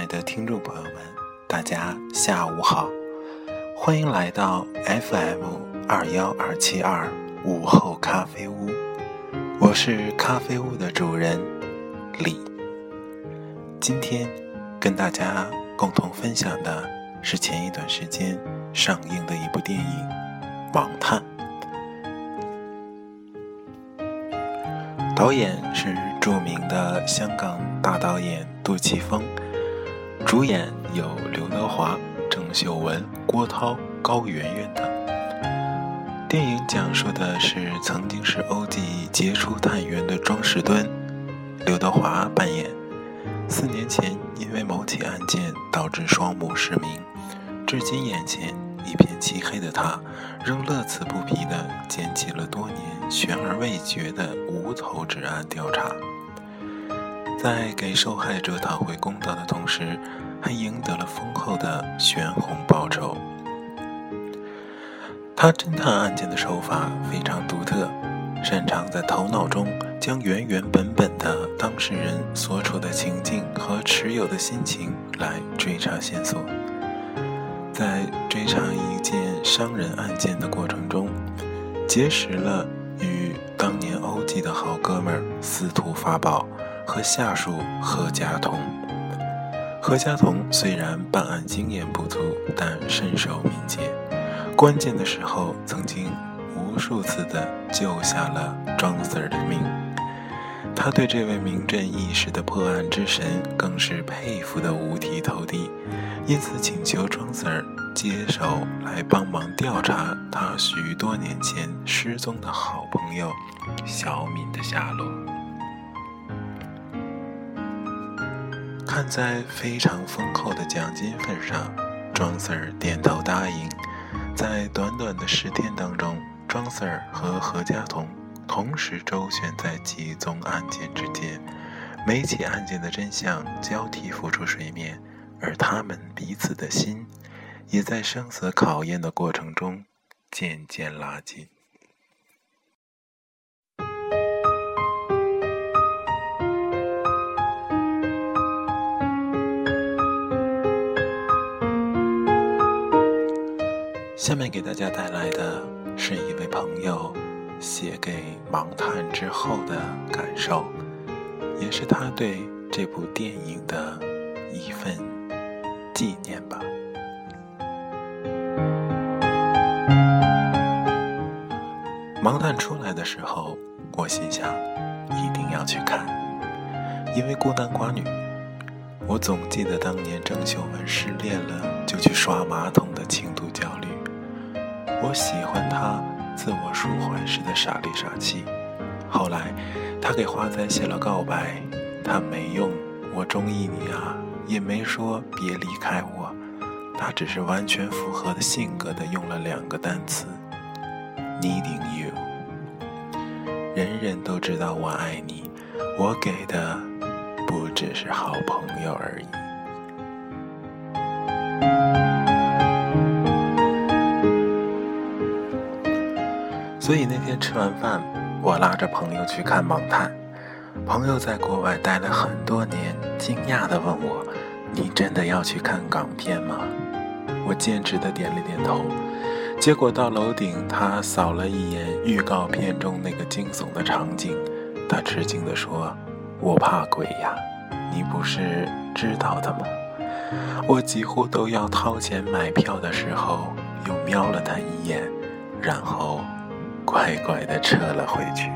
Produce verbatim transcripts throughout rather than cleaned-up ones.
的听众朋友们，大家下午好，欢迎来到 F M 二一二七二午后咖啡屋，我是咖啡屋的主人李。今天跟大家共同分享的是前一段时间上映的一部电影《盲探》，导演是著名的香港大导演杜琪峰，主演有刘德华、郑秀文、郭涛、高圆圆等。电影讲述的是曾经是欧记杰出探员的庄士敦，刘德华扮演四年前因为某起案件导致双目失明，至今眼前一片漆黑的他，仍乐此不疲地捡起了多年悬而未决的无头之案调查，在给受害者讨回公道的同时，还赢得了丰厚的悬红报酬。他侦探案件的手法非常独特，擅长在头脑中将原原本本的当事人所处的情境和持有的心情来追查线索。在追查一件伤人案件的过程中，结识了与当年欧记的好哥们儿司徒法宝和下属何家彤。何家彤虽然办案经验不足，但身手敏捷，关键的时候曾经无数次地救下了庄 Sir 的命。他对这位名震一时的破案之神更是佩服得五体投地，因此请求庄 Sir 接手来帮忙调查他许多年前失踪的好朋友小敏的下落。看在非常丰厚的奖金份上，庄 Sir 点头答应。在短短的十天当中，庄 Sir 和何家彤同时周旋在几宗案件之间，每起案件的真相交替浮出水面，而他们彼此的心也在生死考验的过程中渐渐拉近。下面给大家带来的是一位朋友写给盲探之后的感受，也是他对这部电影的一份纪念吧。盲探出来的时候，我心想一定要去看，因为孤男寡女。我总记得当年郑秀文失恋了就去刷马桶的轻度焦虑，我喜欢他自我抒怀时的傻里傻气。后来他给华仔写了告白，他没用我中意你啊，也没说别离开我，他只是完全符合的性格的用了两个单词 Needing you。 人人都知道我爱你，我给的不只是好朋友而已。所以那天吃完饭，我拉着朋友去看盲探。朋友在国外待了很多年，惊讶地问我，你真的要去看港片吗？我坚持地点了点头。结果到楼顶，他扫了一眼预告片中那个惊悚的场景，他吃惊地说，我怕鬼呀，你不是知道的吗？我几乎都要掏钱买票的时候，又瞄了他一眼，然后乖乖地撤了回去。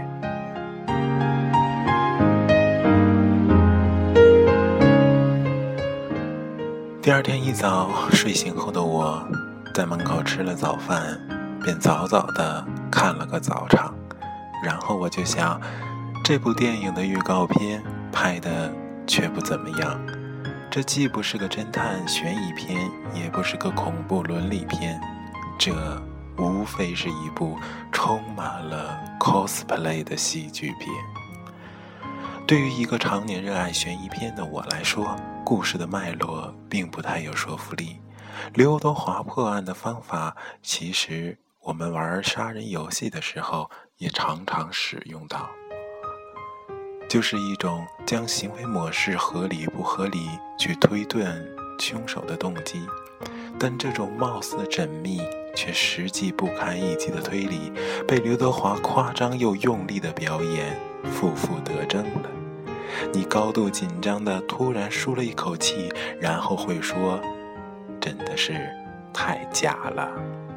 第二天一早，睡醒后的我在门口吃了早饭，便早早地看了个早场。然后我就想，这部电影的预告片拍得却不怎么样，这既不是个侦探悬疑片，也不是个恐怖伦理片，这无非是一部充满了 cosplay 的喜剧片。对于一个常年热爱悬疑片的我来说，故事的脉络并不太有说服力。刘德华破案的方法，其实我们玩杀人游戏的时候也常常使用到。 就是一种将行为模式合理不合理去推断凶手的动机，但这种貌似缜密却实际不堪一击的推理，被刘德华夸张又用力的表演负负得正了。你高度紧张的突然舒了一口气，然后会说，真的是太假了。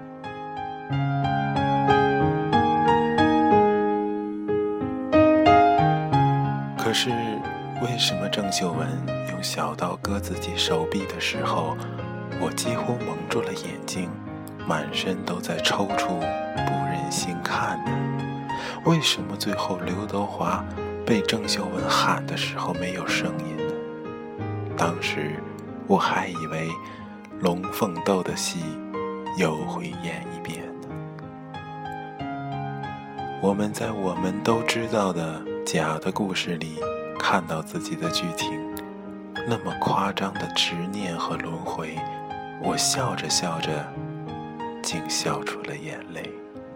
可是为什么郑秀文用小刀割自己手臂的时候，我几乎蒙住了眼睛，满身都在抽搐，不忍心看呢？为什么最后刘德华被郑秀文喊的时候没有声音呢？当时我还以为龙凤斗的戏又会演一遍呢。我们在我们都知道的假的故事里看到自己的剧情，那么夸张的执念和轮回，我笑着笑着竟笑出了眼泪。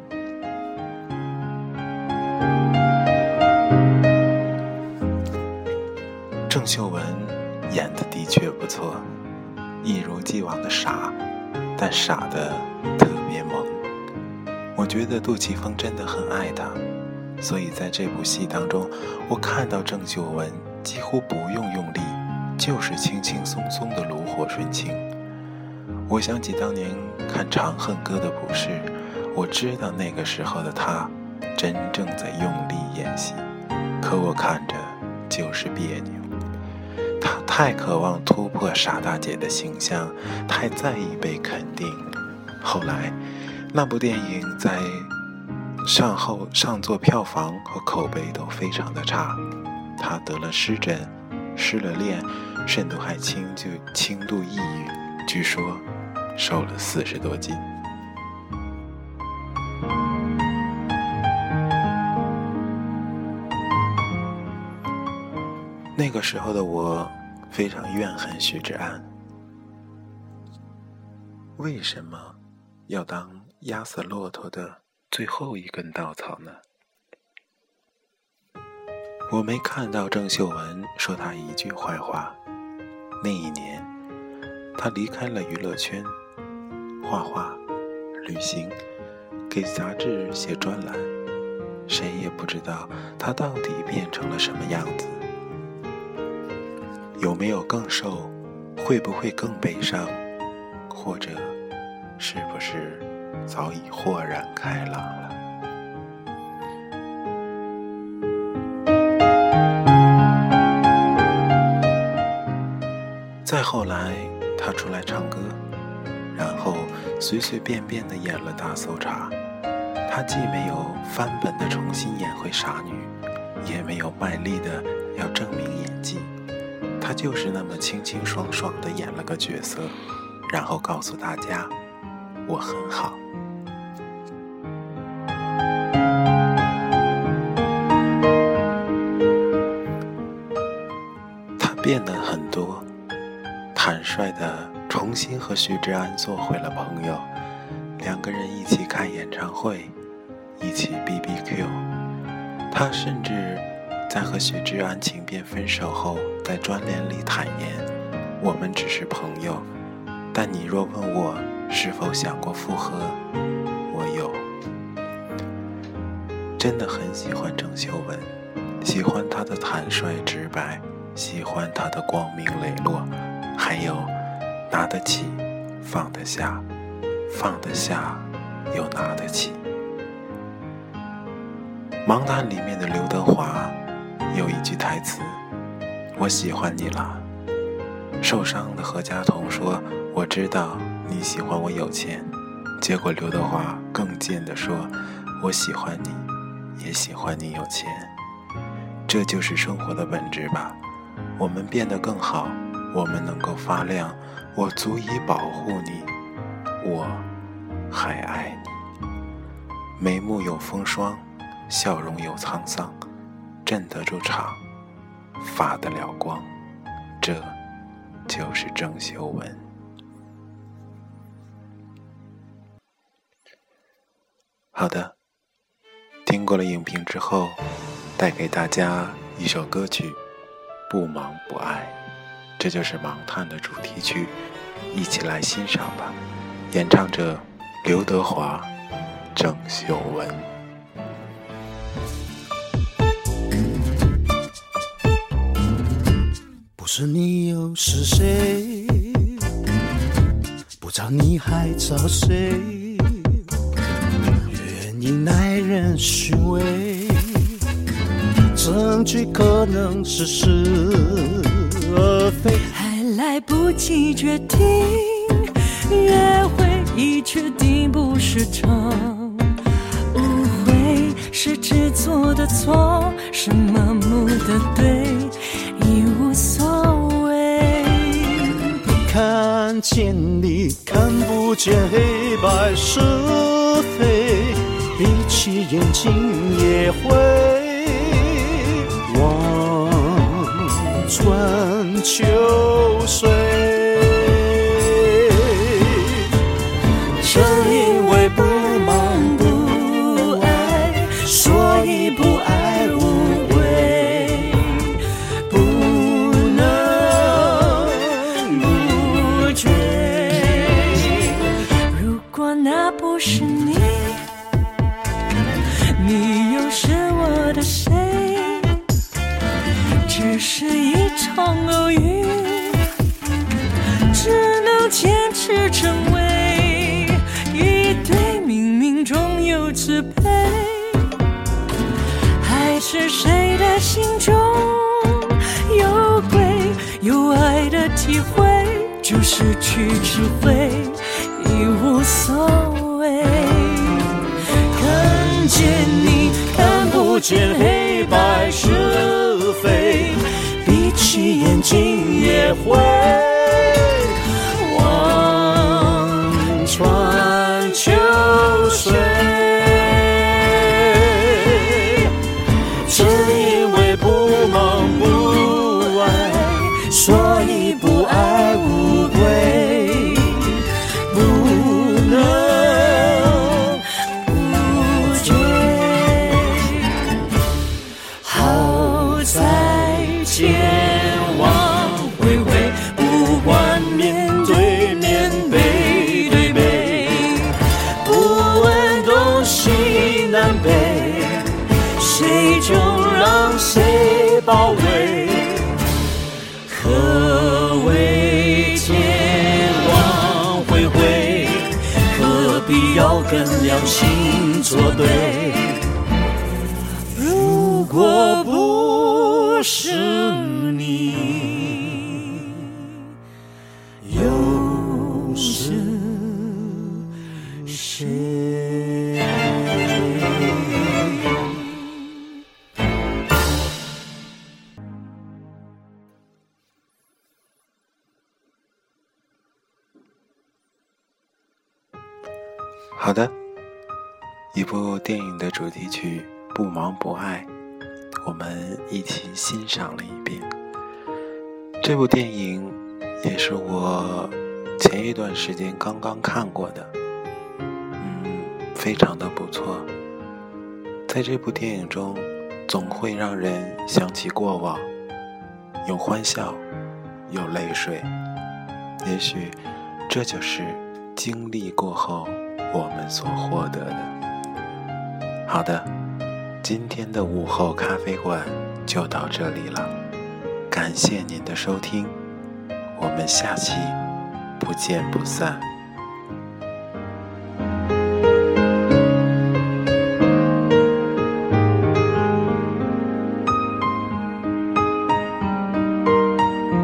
郑秀文演得的确不错，一如既往的傻，但傻得特别萌。我觉得杜琪峰真的很爱她，所以在这部戏当中，我看到郑秀文几乎不用用力，就是轻轻松松的炉火纯青。我想起当年看《长恨歌》的卜世，我知道那个时候的她真正在用力演戏，可我看着就是别扭。她太渴望突破傻大姐的形象，太在意被肯定。后来那部电影在上后上座票房和口碑都非常的差，她得了湿疹，失了恋，甚至还轻就轻度抑郁，据说瘦了四十多斤。那个时候的我非常怨恨许志安，为什么要当压死骆驼的最后一根稻草呢？我没看到郑秀文说他一句坏话。那一年他离开了娱乐圈，画画、旅行，给杂志写专栏，谁也不知道他到底变成了什么样子。有没有更瘦？会不会更悲伤？或者是不是早已豁然开朗了？再后来他出来唱歌，然后随随便便地演了大搜查。他既没有翻本的重新演回傻女，也没有卖力的要证明演技，他就是那么清清爽爽地演了个角色，然后告诉大家我很好。他变得很多，坦率地重新和许志安做回了朋友，两个人一起看演唱会，一起 B B Q。 他甚至在和许志安情变分手后，在专栏里坦言，我们只是朋友，但你若问我是否想过复合，我有。真的很喜欢郑秀文，喜欢她的坦率直白，喜欢她的光明磊落，还有拿得起放得下，放得下又拿得起。盲探里面的刘德华有一句台词，我喜欢你了。受伤的何家彤说，我知道你喜欢我有钱。结果刘德华更贱地说，我喜欢你，也喜欢你有钱。这就是生活的本质吧。我们变得更好，我们能够发亮，我足以保护你，我还爱你。眉目有风霜，笑容有沧桑，镇得住场，发得了光，这就是郑秀文。好的，听过了影评之后，带给大家一首歌曲《不忙不爱》，这就是盲探的主题曲，一起来欣赏吧。演唱者刘德华、郑秀文。 不是你又是谁？不知道你还找谁？原因耐人寻味，证据可能似是而非， 还来不及决定，约会已确定不是场误会，是制作的错，是盲目的对，已无所谓。 看见你看不见黑白是非，闭起眼睛也会望穿秋水。 正因为不忙不爱，所以不爱无悔，不能不追。如果那不是你，你又是我的谁？只是一场偶遇，只能坚持成为一对冥冥中有慈悲。还是谁的心中有鬼，有爱的体会，就失去智慧，已无所谓。看见你看不见黑白是非，闭起眼睛也会望穿秋水。正因为不忙不爱，所以不爱无归，不能不追。好在前往回回，不管面对面背对背，不问东西南北，谁就让谁包围。何谓前往回回？何必要跟良心作对？如果不是你，又是谁？ 好的，一部电影的主题曲《不忙不爱》，我们一起欣赏了一遍。这部电影也是我前一段时间刚刚看过的，嗯，非常的不错。在这部电影中，总会让人想起过往，有欢笑，有泪水，也许这就是经历过后我们所获得的。好的，今天的午后咖啡馆就到这里了，感谢您的收听，我们下期不见不散。